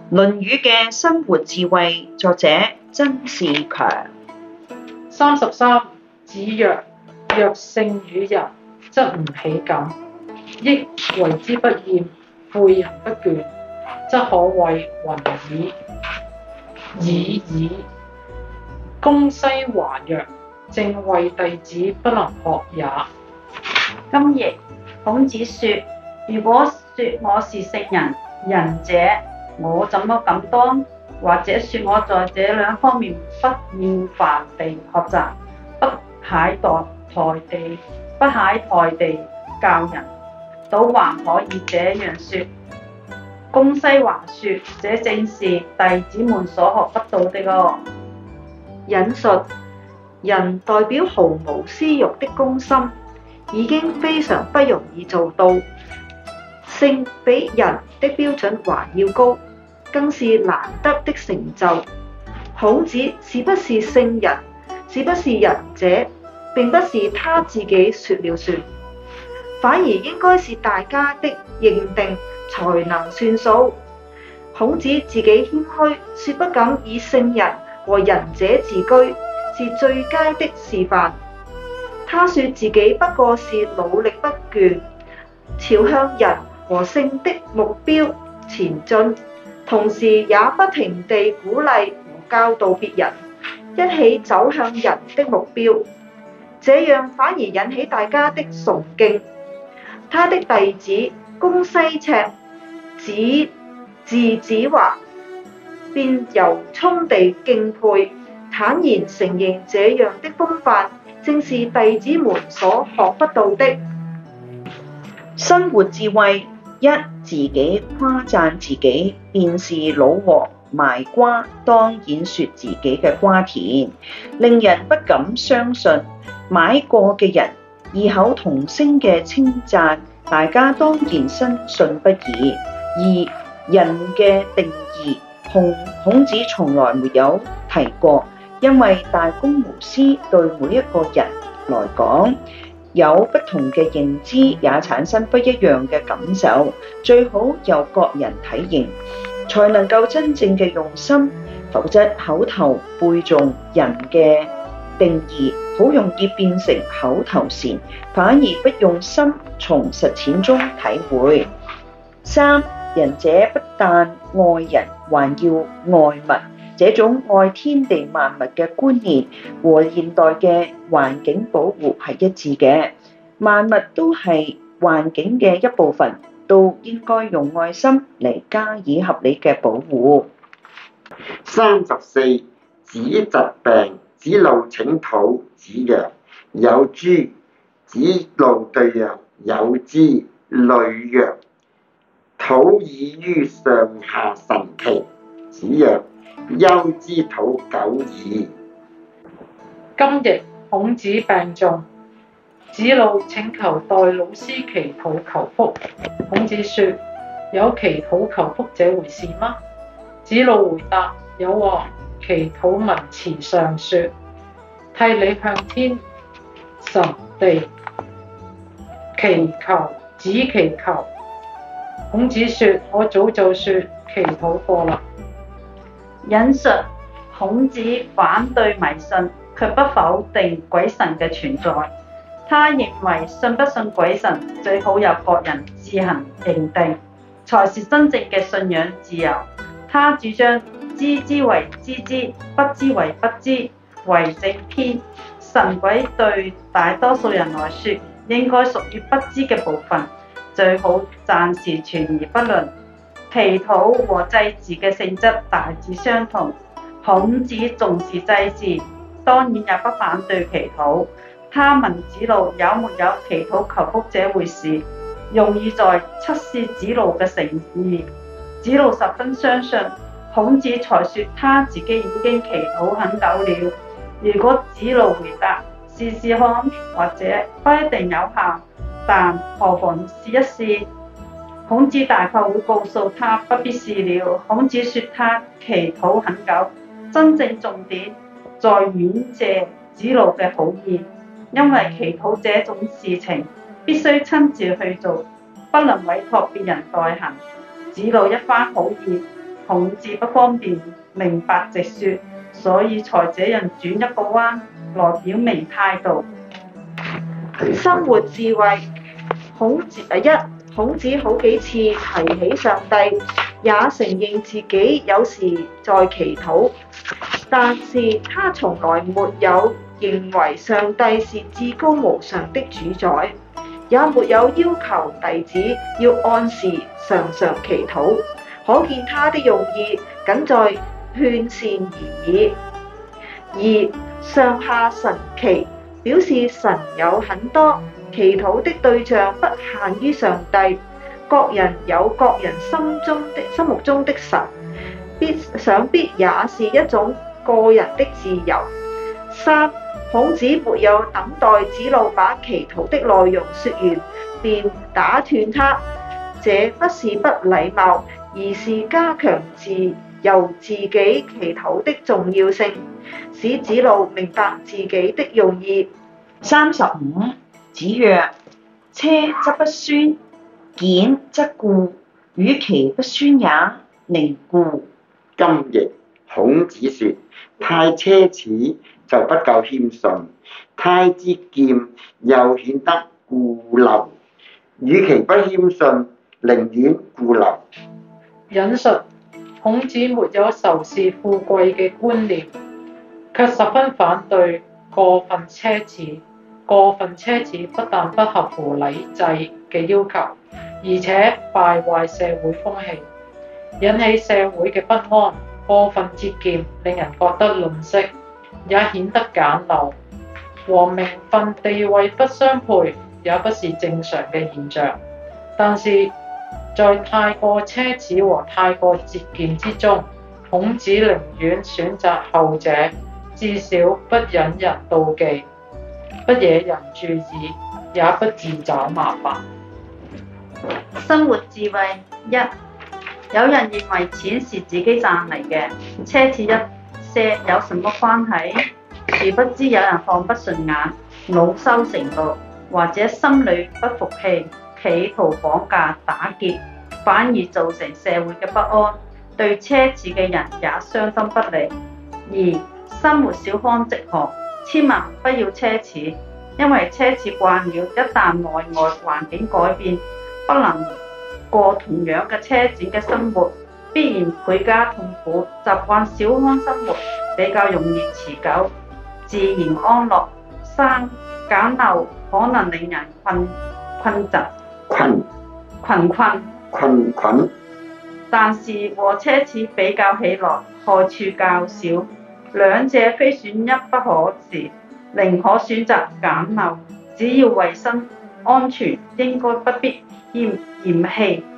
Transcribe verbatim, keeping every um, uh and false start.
論語嘅生活智慧，作者曾仕強。 三十三，子曰：若勝與人，則唔喜感；益為之不厭，誨人不倦，則可謂雲矣。已矣。公西華曰：正謂弟子不能學也。 今譯孔子說：如果說我是聖人，仁者，我怎麼敢當？或者說我在這兩方面不厭煩地學習，不懈怠怠地不懈怠地教人，倒還可以這樣說。公西華說：這正是弟子們所學不到的哦。 引述：人代表毫無私欲的公心，已經非常不容易做到。聖比人的標準還要高，更是難得的成就。孔子是不是聖人，是不是仁者，並不是他自己說了算，反而應該是大家的認定才能算數。孔子自己謙虛，說不敢以聖人和仁者自居，是最佳的示範。他說自己不過是努力不倦，朝向仁和聖的目標前進，同時也不停地鼓勵和教導別人，一起走向仁的目標，這樣反而引起大家的崇敬。他的弟子公西赤子字子華便由衷地敬佩，坦然承認這樣的風範正是弟子們所學不到的。 生活智慧一，自己誇讚自己，便是老王賣瓜，當演說自己嘅瓜田，令人不敢相信。買過嘅人異口同聲嘅稱讚，大家當然深信不疑。二，人嘅定義，孔孔子從來沒有提過，因為大公無私，對每一個人來講有不同嘅認知，也產生不一樣嘅感受，最好由各人體認，才能夠真正嘅用心，否則口頭背誦人嘅定義，好容易變成口頭禪，反而不用心從實踐中體會。三，仁者不但愛人，還要愛物。這種愛天地萬物嘅觀念和現代嘅環境保護係一致嘅，萬物都係環境嘅一部分，都應該用愛心嚟加以合理嘅保護。 三十四，子疾病，子路請討，子曰：有諸。子路對曰：有之。慮曰：討以於上下神奇。子曰：憂之討久矣。 今譯孔子病重，子路請求代老師祈禱求福。孔子說：有祈禱求福這回事嗎？子路回答：有啊。祈禱文辭上說：替你向天神地祈求，只祈求。孔子說：我早就說祈禱過啦。 引述：孔子反對迷信，卻不否定鬼神嘅存在。他認為信不信鬼神，最好由各人自行認定，才是真正嘅信仰自由。他主張知之為知之，不知為不知，為正篇。神鬼對大多數人來說，應該屬於不知嘅部分，最好暫時存而不論。祈禱和祭祀嘅性質大致相同，孔子重視祭祀，當然也不反對祈禱。他問子路有沒有祈禱求福這回事，用意在測試子路嘅誠意。子路十分相信，孔子才說他自己已經祈禱很久了。如果子路回答試試看，或者不一定有效，但何妨試一試？孔子大概會告訴他不必試了。孔子說他祈禱很久，真正重點在婉謝子路嘅好意，因為祈禱這種事情必須親自去做，不能委託別人代行。子路一番好意， 孔子不方便明白直說，所以才這樣轉一個彎來表明態度。 生活智慧，孔子一孔子好幾次提起上帝，也承認自己有時在祈禱，但是他從來沒有認為上帝是至高無上的主宰，也沒有要求弟子要按時常常祈禱，可見他的用意僅在勸善而已。二上下神奇，表示神有很多，祈禱的對象不限於上帝，各人有各人心中的心目中的神，必想必也是一種個人的自由。三孔子沒有等待子路把祈禱的內容說完，便打斷他，這不是不禮貌，而是加強自由自己祈禱的重要性，使子路明白自己的用意。 三十五，子曰：車則不宣，儉則固，與其不宣也，寧固。 今譯孔子說：太奢侈就不夠謙遜，太節儉又顯得固留，與其不謙遜，寧願固留。 引述孔子沒有仇視富貴嘅觀念，卻十分反對過分奢侈。過分奢侈不但不合乎禮制嘅要求，而且敗壞社會風氣，引起社會嘅不安。過分節儉令人覺得吝嗇，也顯得簡陋，和名分地位不相配，也不是正常嘅現象。但是在太過奢侈和太過節儉之中，孔子寧願選擇後者，至少不引人妒忌，不惹人注意，也不自找麻煩。 生活智慧一，有人認為錢是自己賺嚟嘅，奢侈一些有什麼關係？殊不知有人看不順眼，惱羞成怒，或者心裏不服氣，企圖綁架打劫，反而造成社會嘅不安，對奢侈嘅人也相當不利。二，生活小康直學，千萬不要奢侈，因為奢侈慣了，一旦內外環境改變，不能過同樣嘅奢侈嘅生活，必然倍加痛苦。習慣小康生活比較容易持久，自然安樂。三，簡陋可能令人困困疾， 困困困困困， 但是和奢侈比較起來，害處較少。兩者非選一不可時，寧可選擇簡陋。只要衞生安全，應該不必嫌嫌棄。